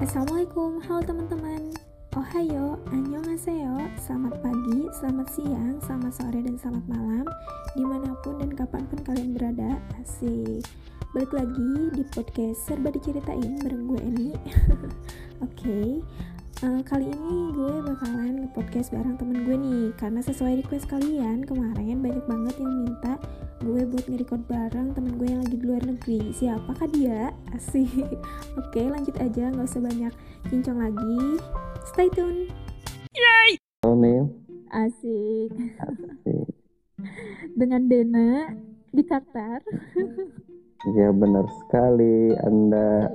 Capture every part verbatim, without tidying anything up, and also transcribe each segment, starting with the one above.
Assalamualaikum, halo teman-teman. Ohayo, annyeonghaseyo, selamat pagi, selamat siang, selamat sore, dan selamat malam dimanapun dan kapanpun kalian berada. Asik. Balik lagi di podcast Serba Diceritain bareng gue Eni. Oke, okay. uh, kali ini gue bakalan nge-podcast bareng temen gue nih. Karena sesuai request kalian, kemarin banyak banget yang minta gue buat nge-record bareng temen gue yang lagi di luar negeri. Siapakah dia? Asik. Oke, lanjut aja, gak usah banyak cincong lagi. Stay tune. Yay! Halo Nim. Asik. Asik. Dengan Dena di Qatar. Ya benar sekali Anda.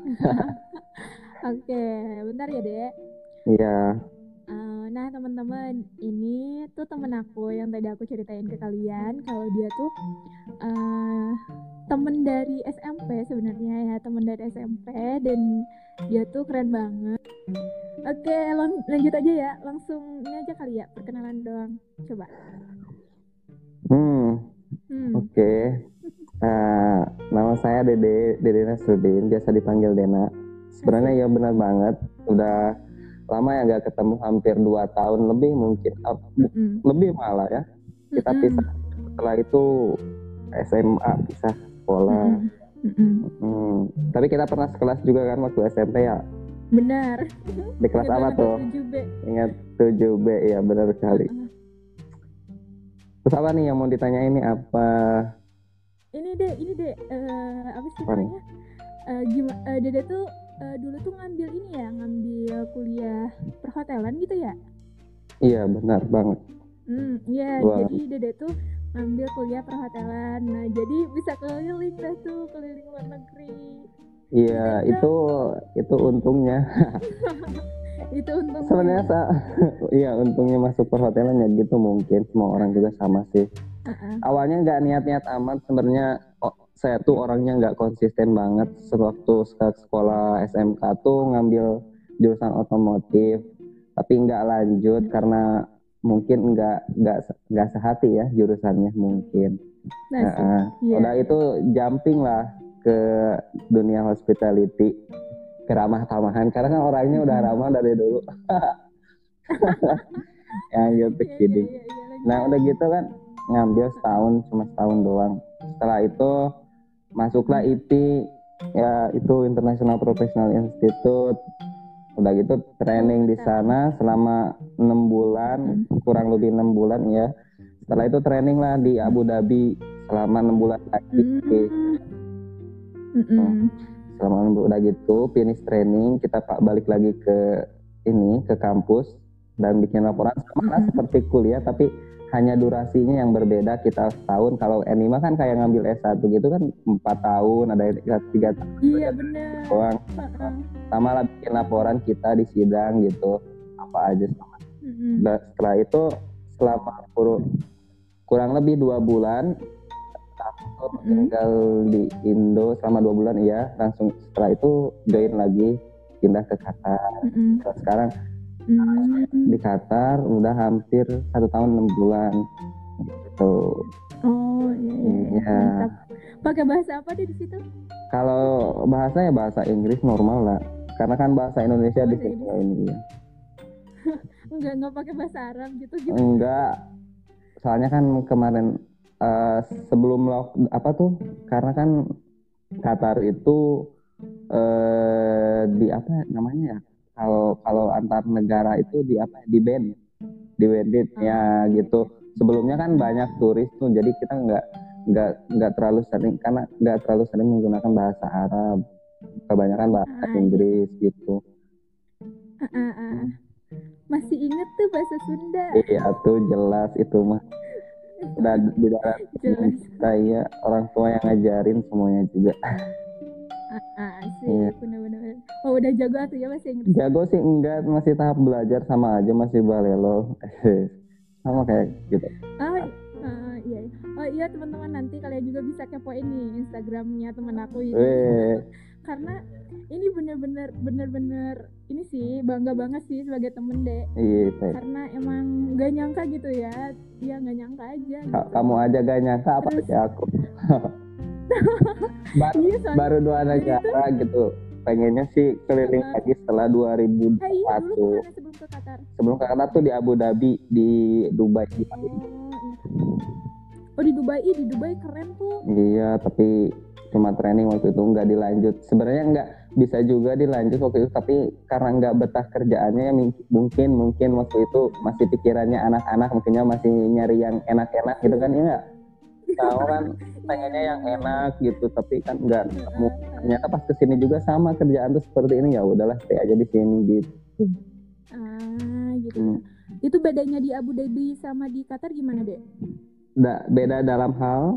Oke, bentar ya Dek. Iya. Uh, nah teman-teman, ini tuh temen aku yang tadi aku ceritain ke kalian kalau dia tuh uh, temen dari S M P sebenarnya ya, temen dari S M P dan dia tuh keren banget. Oke, lang- lanjut aja ya, langsung ini aja kali ya, perkenalan doang. Coba. Hmm. hmm. Oke. Okay. Uh, nama saya Dede, Dede Nasruddin, biasa dipanggil Dena. Sebenarnya ya benar banget, udah lama ya nggak ketemu, hampir dua tahun lebih mungkin, uh, mm-hmm. lebih malah ya. Kita mm-hmm. pisah setelah itu S M A, pisah sekolah. Mm-hmm. Hmm. Tapi kita pernah sekelas juga kan waktu S M P ya. Benar. Di kelas apa tuh? tujuh B. Ingat tujuh B ya, benar sekali. Uh-huh. Terus apa nih yang mau ditanya ini apa? Ini deh, ini deh, uh, apa sih namanya? Uh, gimana? Uh, Dede tuh uh, dulu tuh ngambil ini ya, ngambil kuliah perhotelan gitu ya? Iya, benar banget. Hmm, iya. Wow. Jadi Dede tuh ngambil kuliah perhotelan. Nah, jadi bisa keliling dah tuh, keliling luar negeri. Iya, itu itu untungnya. Itu untungnya. Sebenarnya sa- iya untungnya masuk perhotelan ya gitu, mungkin semua orang juga sama sih. Uh-uh. Awalnya nggak niat-niat amat sebenarnya. Oh, saya tuh orangnya nggak konsisten banget. Sewaktu sekolah S M K tuh ngambil jurusan otomotif, tapi nggak lanjut karena mungkin nggak nggak nggak sehati ya jurusannya mungkin. Nah, uh, yeah. Udah itu jumping lah ke dunia hospitality, keramah-tamahan, karena kan orangnya udah ramah dari dulu. Yang gitu kidding. Yeah, yeah, yeah, nah udah gitu kan ngambil setahun, cuma setahun doang. Setelah itu masuklah I P I, ya itu International Professional Institute. Udah gitu training di sana selama enam bulan, kurang lebih enam bulan ya. Setelah itu training lah di Abu Dhabi selama enam bulan lagi. Mm-mm. Selama udah gitu finish training, kita pak balik lagi ke ini ke kampus dan bikin laporan sama mm-hmm. seperti kuliah, tapi hanya durasinya yang berbeda. Kita setahun, kalau Enima kan kayak ngambil S satu gitu kan empat tahun, ada tiga tahun. Iya benar. Doang. Uh-uh. Sama lah bikin laporan kita di sidang gitu, apa aja sama. Mm-hmm. Dan setelah itu selama kurang lebih dua bulan aku tinggal di Indo selama dua bulan iya, langsung setelah itu join lagi pindah ke Qatar. Mm-hmm. Sekarang mm-hmm. di Qatar udah hampir satu tahun enam bulan gitu. Oh iya, iya. Mantap. Pakai bahasa apa deh di situ? Kalau bahasa ya bahasa Inggris normal lah, karena kan bahasa Indonesia di sini ini ya. Enggak enggak pakai bahasa Arab gitu gitu. Enggak. Soalnya kan kemarin Uh, sebelum lock apa tuh, karena kan Qatar itu uh, di apa namanya ya, kalau kalau antar negara itu di apa di ban di bandit oh. Ya gitu. Sebelumnya kan banyak turis tuh, jadi kita nggak nggak nggak terlalu sering, karena nggak terlalu sering menggunakan bahasa Arab, kebanyakan bahasa uh, Inggris gitu. uh, uh, uh. Masih inget tuh bahasa Sunda? Iya tuh jelas itu mah. Udah di darat saya orang tua yang ngajarin semuanya juga. Ah, ah sih, ya. Benar-benar. Oh udah jago tuh ya bahasa Inggris? Jago sih enggak, masih tahap belajar, sama aja masih balelo. Sama kayak gitu. Oh uh, iya. Oh iya teman-teman, nanti kalian juga bisa kepoin nih Instagramnya teman aku ini. Karena ini benar-benar benar-benar ini sih bangga banget sih sebagai temen deh. Iya. Karena emang gak nyangka gitu ya, dia gak nyangka aja. Gitu. Kamu aja gak nyangka, apa sih aku? baru, iya, baru dua negara itu... gitu pengennya sih keliling Uh-uh. lagi setelah dua ribu dua puluh satu. Ah, iya, dulu kemana sebelum ke Qatar? Sebelum ke Qatar tuh di Abu Dhabi, di Dubai. Oh, iya. Oh, di Dubai, di Dubai keren tuh. Iya, tapi cuma training waktu itu, nggak dilanjut. Sebenarnya nggak bisa juga dilanjut waktu itu, tapi karena nggak betah kerjaannya ya mungkin mungkin waktu itu masih pikirannya anak-anak, mungkinnya masih nyari yang enak-enak gitu kan ya nggak? Tahu kan pengennya yang enak gitu, tapi kan nggak ketemu. Ternyata pas kesini juga sama kerjaan tuh seperti ini, ya udahlah stay aja di sini gitu. Ah, gitu. Hmm. Itu bedanya di Abu Dhabi sama di Qatar gimana, Dek? Da, beda dalam hal?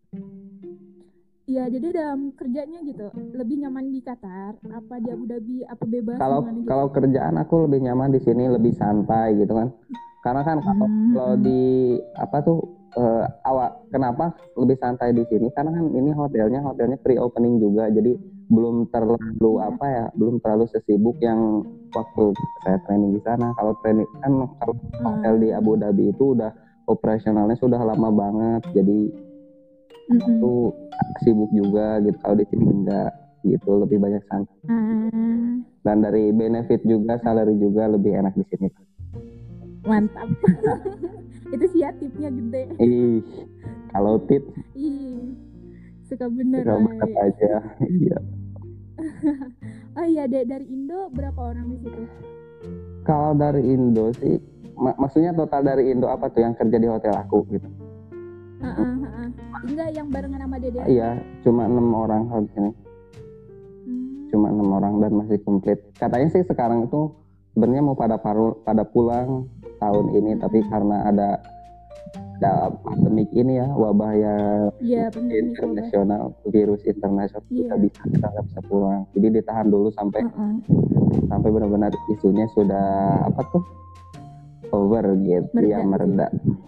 Iya, jadi dalam kerjanya gitu. Lebih nyaman di Qatar apa di Abu Dhabi, apa bebas? Kalau gitu? Kalau kerjaan aku lebih nyaman di sini, lebih santai gitu kan. Karena kan kalau, hmm. kalau di apa tuh uh, awak kenapa lebih santai di sini? Karena kan ini hotelnya hotelnya pre-opening juga, jadi belum terlalu yeah. apa ya, belum terlalu sesibuk yang waktu saya training di sana. Kalau training kan kalau hmm. hotel di Abu Dhabi itu udah operasionalnya sudah lama banget, jadi mm-hmm. itu sibuk juga gitu. Kalau di sini enggak gitu, lebih banyak santai. Hmm. Dan dari benefit juga, salary juga lebih enak di sini. Mantap. Itu sih ya tipnya gede. Ih, kalau tip. Ih, suka bener. Suka bener aja. Iya. Oh iya, Dek, dari Indo berapa orang di situ? Kalau dari Indo sih, mak- maksudnya total dari Indo apa tuh yang kerja di hotel aku gitu? Uh, uh, uh, uh. Enggak, yang barengan sama Dede? Iya, cuma enam orang kalau di sini. Hmm. Cuma enam orang dan masih komplit. Katanya sih sekarang itu sebenarnya mau pada paru, pada pulang tahun ini, hmm. tapi karena ada ada pandemik ini ya, wabah yang ya, internasional, virus internasional, yeah. kita bisa kita nggak bisa pulang. Jadi ditahan dulu sampai uh-uh. sampai benar-benar isunya sudah apa tuh over gitu, mereda, ya mereda.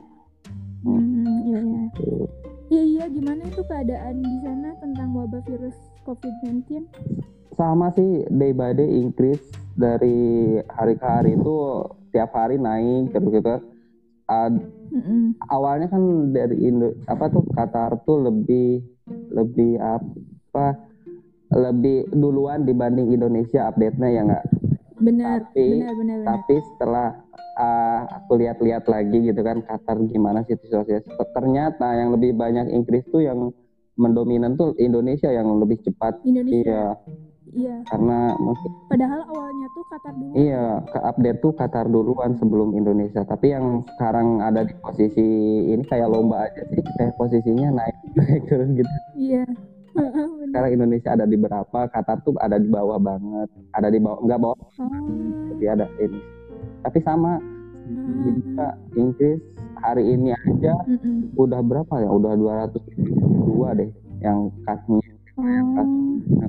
Hmm, iya, iya. Iya, iya, gimana itu keadaan di sana tentang wabah virus covid sembilan belas? Sama sih, day by day increase, dari hari ke hari itu tiap hari naik terus gitu. Uh, awalnya kan dari Indo apa tuh Qatar tuh lebih lebih apa lebih duluan dibanding Indonesia update-nya ya nggak? Benar, tapi, benar, benar, benar. Tapi setelah uh, aku lihat-lihat lagi gitu kan Qatar gimana sih situasinya, ternyata yang lebih banyak increase tuh yang mendominan tuh Indonesia yang lebih cepat. Indonesia. Iya. Iya. Karena mungkin. Padahal awalnya tuh Qatar duluan. Iya, ke update tuh Qatar duluan sebelum Indonesia. Tapi yang sekarang ada di posisi ini kayak lomba aja sih, kayak posisinya naik naik turun gitu. Iya. Sekarang Indonesia ada di berapa, Qatar tuh ada di bawah banget, ada di bawah, nggak bawah, oh. tapi ada ini. Tapi sama, hmm. juga Inggris hari ini aja Mm-mm. udah berapa ya? Udah dua ratus dua deh yang kasnya. Oh.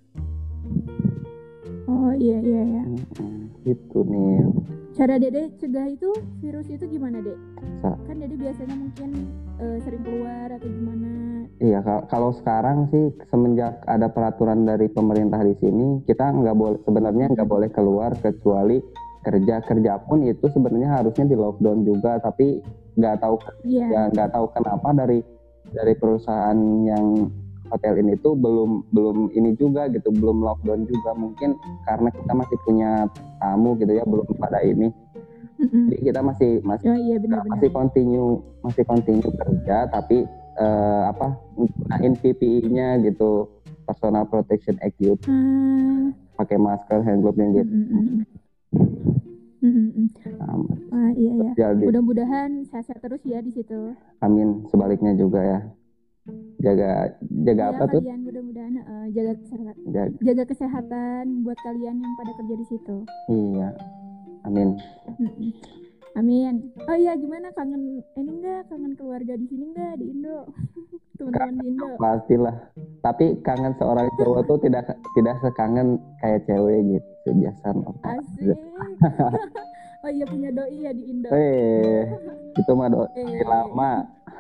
Oh iya iya ya. Hmm, itu nih. Cara Dede cegah itu virus itu gimana, Dek? Sa- kan Dede biasanya mungkin uh, sering keluar atau gimana? Iya, kalau, kalau sekarang sih semenjak ada peraturan dari pemerintah di sini, kita nggak boleh sebenarnya nggak boleh keluar kecuali kerja kerja pun itu sebenarnya harusnya di lockdown juga, tapi nggak tahu yeah. ya nggak tahu kenapa dari dari perusahaan yang hotel ini tuh belum belum ini juga gitu, belum lockdown juga, mungkin karena kita masih punya tamu gitu ya, belum pada ini. Mm-hmm. Jadi kita masih masih oh, iya, benar, masih benar. continue masih continue kerja, tapi uh, apa gunain P P I-nya gitu, personal protection equipment, hmm. pakai masker, hand glove yang gitu. Mm-hmm. Mm-hmm. Nah, ah, iya ya. Jadi, mudah-mudahan sehat-sehat terus ya di situ. Amin, sebaliknya juga ya. Jaga jaga ya, apa kalian, tuh? Mudah-mudahan uh, jaga kesehatan. Jaga. jaga kesehatan buat kalian yang pada kerja di situ. Iya. Amin. Mm-mm. Amin. Oh iya, gimana, kangen ini enggak? Kangen keluarga di sini enggak, di Indo? Teman-teman di Indo. Pastilah. Tapi kangen seorang cowok tuh tidak tidak sekangen kayak cewek gitu, biasa. Asik. Oh iya, punya doi ya di Indo. Eh, itu mah doi eh. lama.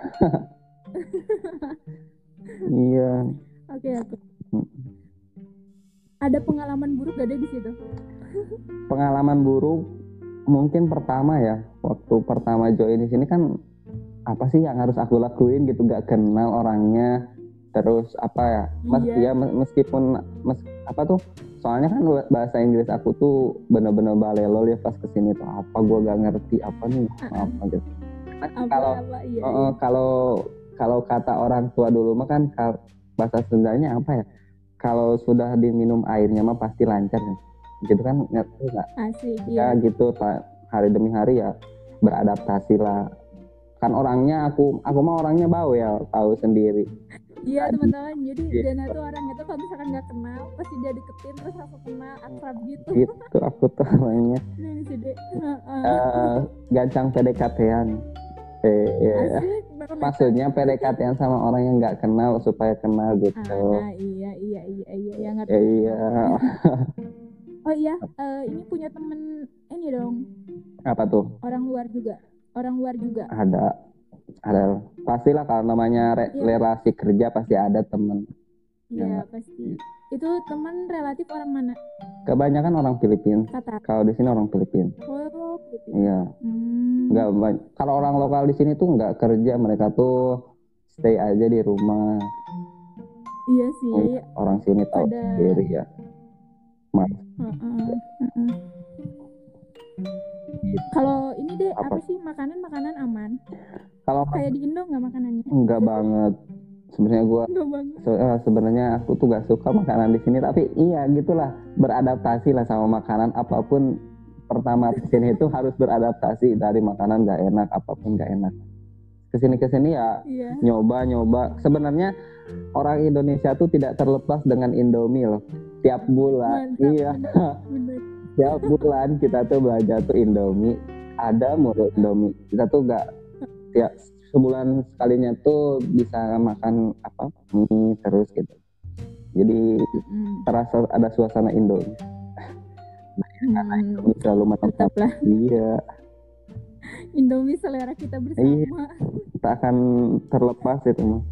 Iya. Oke oke. Ada pengalaman buruk gak ada di situ? Pengalaman buruk mungkin pertama ya, waktu pertama join di sini kan apa sih yang harus aku lakuin gitu, gak kenal orangnya, terus apa ya, mes, iya. ya meskipun mes, apa tuh soalnya kan bahasa Inggris aku tuh bener-bener balelol ya pas kesini tuh apa gue gak ngerti apa nih apa gitu. Kalau iya, uh, iya. kalau kalau kata orang tua dulu mah kan bahasa Sundanya apa ya? Kalau sudah diminum airnya mah pasti lancar kan. Gitu kan ngerti nggak? Asik, ya iya. Gitu hari demi hari ya beradaptasi lah. Kan orangnya aku aku mah orangnya bau ya, tahu sendiri. Iya teman-teman, jadi gitu. Dana tuh orangnya tuh kalau misalkan nggak kenal pasti dia deketin terus langsung kenal akrab gitu. Gitu aku tuh orangnya. uh, gancang P D K T-an. Eh, ya. Asik, maksudnya P D K T-an sama orang yang nggak kenal supaya kenal gitu. Ah, iya iya iya iya ya ngerti. Iya. Oh iya, uh, ini punya temen ini dong. Apa tuh? Orang luar juga. Orang luar juga. Ada. Ada. Pastilah kalau namanya re- iya. relasi kerja pasti ada temen. Iya, ya, pasti. Itu teman relatif orang mana? Kebanyakan orang Filipina. Kalau di sini orang Filipina. Oh, Filipina. Iya. Hmm. Nggak banyak. Kalau orang lokal di sini tuh nggak kerja, mereka tuh stay aja di rumah. Iya sih. Orang sini tahu Pada... sendiri ya. Mas. Uh-uh. Uh-uh. Gitu. Kalau ini deh apa, apa sih makanan-makanan aman? Kalau kayak di Indo nggak makanannya? Enggak banget. Sebenarnya gue se- uh, sebenarnya aku tuh gak suka makanan di sini, tapi iya gitulah beradaptasi lah sama makanan apapun. Pertama kesini itu harus beradaptasi dari makanan gak enak apapun gak enak. Kesini kesini ya yeah. nyoba nyoba. Sebenarnya orang Indonesia tuh tidak terlepas dengan Indomie loh. Tiap bulan, Mantap, iya. Bener, bener. Tiap bulan kita tuh belajar tuh Indomie. Ada mulu Indomie. Kita tuh gak tiap sebulan sekalinya tuh bisa makan apa mie terus gitu, jadi mm. terasa ada suasana Indo. Nah, mm. karena Indomie selalu mantap lah. Iya. Indomie selera kita bersama. Iya. Tak akan terlepas itu mah.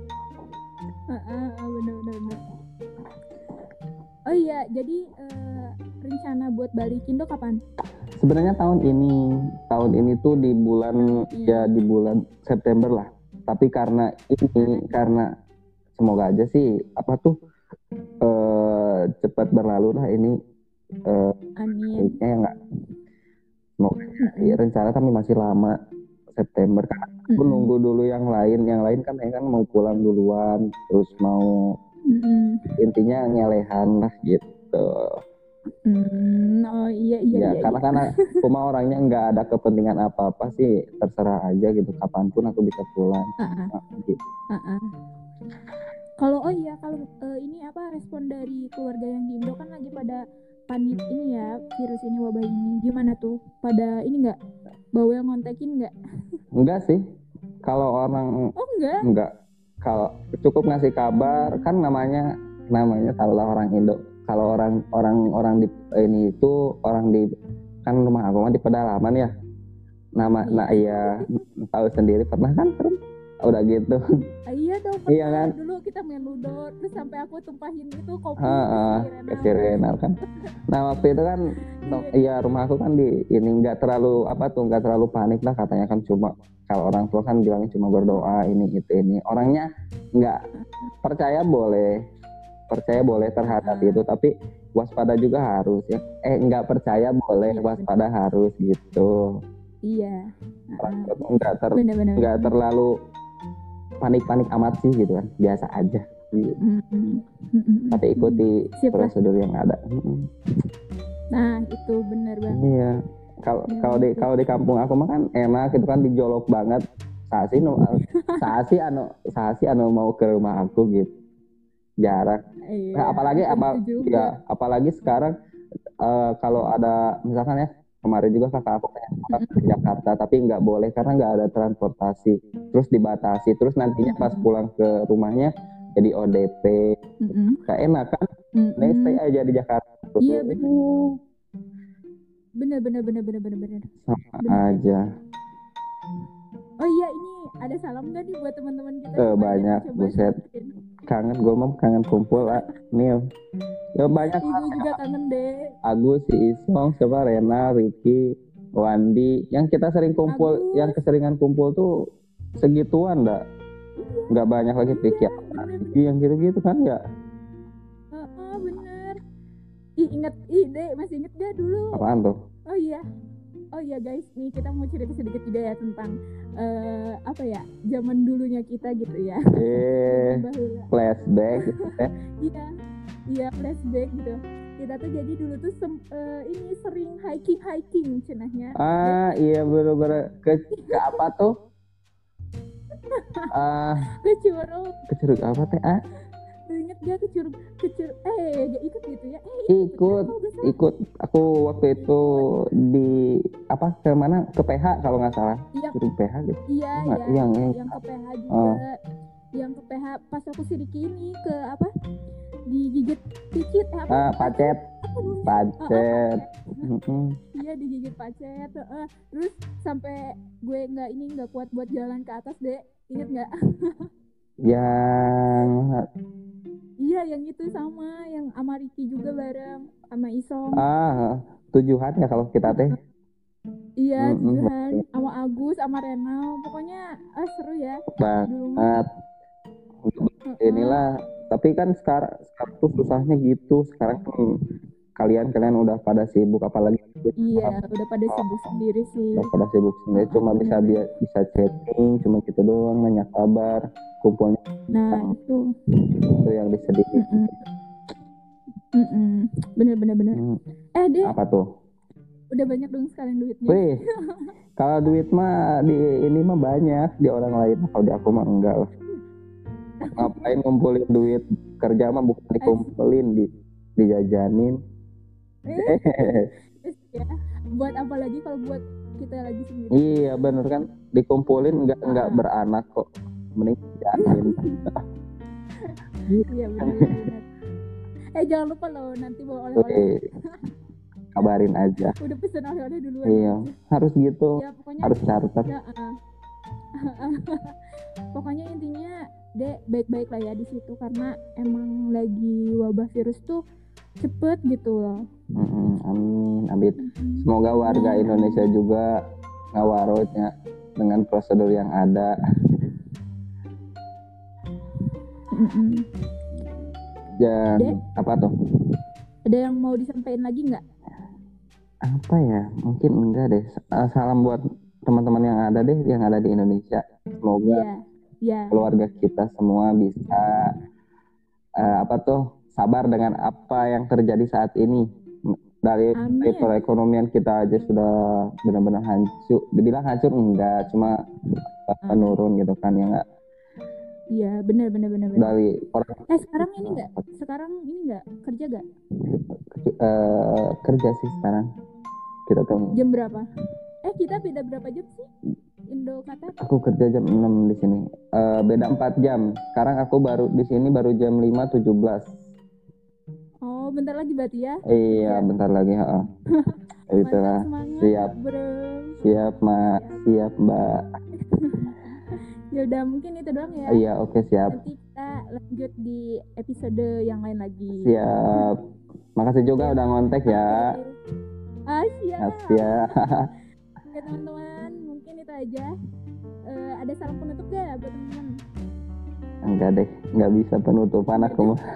Uh, uh, uh, benar-benar. Oh iya, jadi uh, rencana buat balik Indo kapan? Sebenarnya tahun ini, tahun ini tuh di bulan iya. ya di bulan September lah. Tapi karena ini, karena semoga aja sih apa tuh uh, cepat berlalu lah ini. Uh, Amin. Kayaknya ya nggak. Semoga mm-hmm. ya, rencana kami masih lama September. Karena aku mm-hmm. nunggu dulu yang lain, yang lain kan kan mau pulang duluan, terus mau mm-hmm. intinya nyelehan lah gitu. Hmm, oh iya iya. Ya iya, karena iya. karena cuma orangnya nggak ada kepentingan apa-apa sih, terserah aja gitu, kapanpun aku bisa pulang. Uh-uh. Nah, gitu. Uh-uh. Kalau oh iya kalau uh, ini apa respon dari keluarga yang di Indo kan lagi pada panik ini ya virus ini wabah ini, gimana tuh? Pada ini nggak bawel ngontekin nggak? Enggak sih. Kalau orang oh enggak enggak kalau cukup ngasih kabar kan namanya namanya taruhlah orang Indo. Kalau orang orang orang di ini itu orang di kan rumah aku kan di pedalaman ya. Nama iya. Nah iya tahu sendiri pernah kan terus udah gitu. Ah, iya dong. Pernah. Iya kan. Dulu kita main ludo terus sampai aku tumpahin itu kopi ke si Renal kan. Nah waktu itu kan iya rumah aku kan di ini nggak terlalu apa tuh nggak terlalu panik lah, katanya kan cuma kalau orang tua kan bilangnya cuma berdoa ini itu ini. Orangnya nggak percaya boleh. Percaya boleh terhadap uh. itu, tapi waspada juga harus ya. Eh nggak percaya boleh, iya, waspada bener. Harus gitu. Iya. Uh-uh. Nggak ter nggak terlalu panik-panik amat sih gitu kan, biasa aja. Gitu. Mm-hmm. Mm-hmm. Tapi ikuti Siap prosedur lah. Yang ada. Mm-hmm. Nah itu benar banget. Iya. Kalau kalau di kalau di kampung aku mah kan enak itu kan dijolok banget. Sasi no, sasi anu sasi anu mau ke rumah aku gitu. Jarak. Iya, nah, apalagi apa ya apalagi sekarang uh, kalau ada misalkan ya kemarin juga kakak aku kayak mm-hmm. ke Jakarta tapi nggak boleh karena nggak ada transportasi, terus dibatasi, terus nantinya pas pulang ke rumahnya jadi O D P. Mm-hmm. Gak enak kan? Mm-hmm. Stay aja di Jakarta. Iya benar. Benar benar benar benar benar benar. Sama bener. Aja. Oh iya ini ada salam nggak nih buat teman-teman kita? Eh, banyak, buset. Kangen gue mah kangen kumpul lah. Nih, ya banyak. Gue juga kangen deh. Agus, si Isong, siapa Rena, Ricky, Wandi, yang kita sering kumpul, Agus. Yang keseringan kumpul tuh segituan dah. Nggak banyak lagi pikir. Iya, yang gitu-gitu kan ya. Oh, oh bener. Ih inget, ih deh masih inget gak dulu? Apaan tuh? Oh iya, oh iya guys, nih kita mau cerita sedikit juga ya tentang uh, apa ya, zaman dulunya kita gitu ya. Eh, flashback gitu ya. Iya, iya flashback gitu. Kita tuh jadi dulu tuh sem, uh, ini sering hiking hiking cenahnya. Ah dan, iya bener-bener ke, ke apa tuh? Ah, uh, ke Curug. Ke Curug apa teh? Ah? Ingat gak ke Curug, ke Curug, eh gak ikut gitu ya? Eh, ikut, ikut, ikut. Aku waktu itu di apa ke mana? Ke P H kalau nggak salah. Iya. Curug P H gitu. Iya, oh, iya. Yang, yang, yang ke P H juga. Oh. Yang ke P H pas aku sidik ini ke apa? Digigit picit eh, apa? Ah, pacet. Pacet. Oh, oh, iya digigit pacet. Uh, terus sampai gue nggak ini nggak kuat buat jalan ke atas deh. Ingat nggak? Yang iya yang itu sama yang sama Ricky juga bareng sama Isong. Ah tujuhan ya kalau kita teh. Iya mm-hmm. tujuhan sama Agus sama Renal pokoknya ah, seru ya banget. Inilah tapi kan sekarang sekarang tuh susahnya gitu sekarang hmm, kalian kalian udah pada sibuk apalagi iya uh, udah pada sibuk oh, sendiri sih udah pada sibuk sendiri cuma oh, bisa dia bisa chatting cuma gitu doang nanya kabar kumpulnya nah nah itu itu yang disedihin. bener bener bener mm. eh deh apa tuh udah banyak dong sekarang duitnya. Wih, kalau duit mah di ini mah banyak di orang lain kalau di aku mah enggak lah. Ngapain ngumpulin duit kerja mah bukan dikumpulin di dijajanin. Eh, ya. Buat apa lagi kalau buat kita lagi sendiri? Iya bener kan dikumpulin enggak ah. enggak beranak kok mending jajanin. Iya benar. Eh jangan lupa loh nanti bawa oleh-oleh. Kabarin aja. Udah pesen oleh-oleh duluan. Iya aja. Harus gitu. Ya, pokoknya, harus catat. Ya, uh. Pokoknya intinya dek baik-baik lah ya di situ karena emang lagi wabah virus tuh cepet gitu loh. Mm-hmm, amin, amin. Semoga warga Indonesia juga ngawarotnya dengan prosedur yang ada. Mm-hmm. Dan dek, apa tuh? Ada yang mau disampaikan lagi nggak? Apa ya? Mungkin enggak deh. Salam buat teman-teman yang ada deh, yang ada di Indonesia. Semoga yeah, yeah. keluarga kita semua bisa uh, apa tuh sabar dengan apa yang terjadi saat ini. Dari, dari perekonomian kita aja sudah benar-benar hancur. Dibilang hancur enggak, cuma menurun gitu kan ya enggak. Iya benar benar benar. Dari orang. Eh sekarang ini enggak? Sekarang ini enggak kerja enggak? Uh, kerja sih sekarang. Kita tahu. Jam berapa? Eh kita beda berapa jam sih? Indo Qatar? Aku kerja jam enam di sini. Uh, beda empat jam. Sekarang aku baru di sini baru jam lima tujuh belas. Oh, bentar lagi berarti ya? Iya, ya. bentar lagi, heeh. Itulah. Siap. Bro. Siap, Mak. Siap, Mbak. Ya udah mungkin itu doang ya. Iya, oke, okay, siap. Nanti kita lanjut di episode yang lain lagi. Siap. Makasih juga udah ngontek ya. Ah, siap. Ah, siap. Oke, teman-teman, mungkin itu aja. Uh, ada salam penutup gak buat teman-teman? Enggak deh, enggak bisa penutupan aku mah.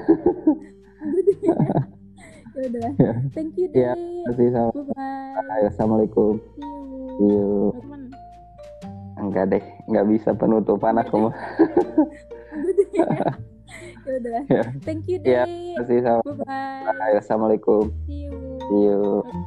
Ya udah. Thank you Ya, deh. terima kasih sama. Bye. Assalamualaikum. See you. See you. Teman. Enggak deh, enggak bisa penutupan aku mah. Ya udah. Ya. Thank you deh. Ya, terima kasih sama. Bye. Assalamualaikum. See you. See you.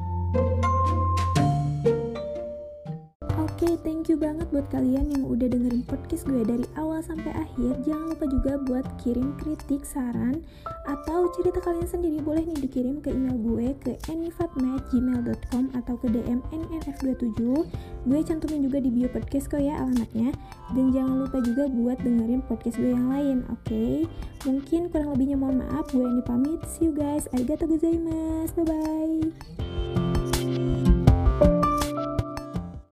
Oke, okay, thank you banget buat kalian yang udah dengerin podcast gue dari awal sampai akhir. Jangan lupa juga buat kirim kritik, saran, atau cerita kalian sendiri. Boleh nih dikirim ke email gue ke enifatma at gmail dot com atau ke D M N N F dua puluh tujuh. Gue cantumin juga di bio podcast kok ya alamatnya. Dan jangan lupa juga buat dengerin podcast gue yang lain, oke? Okay? Mungkin kurang lebihnya mohon maaf. Gue Eni pamit. See you guys. Arigatou gozaimasu. Bye-bye.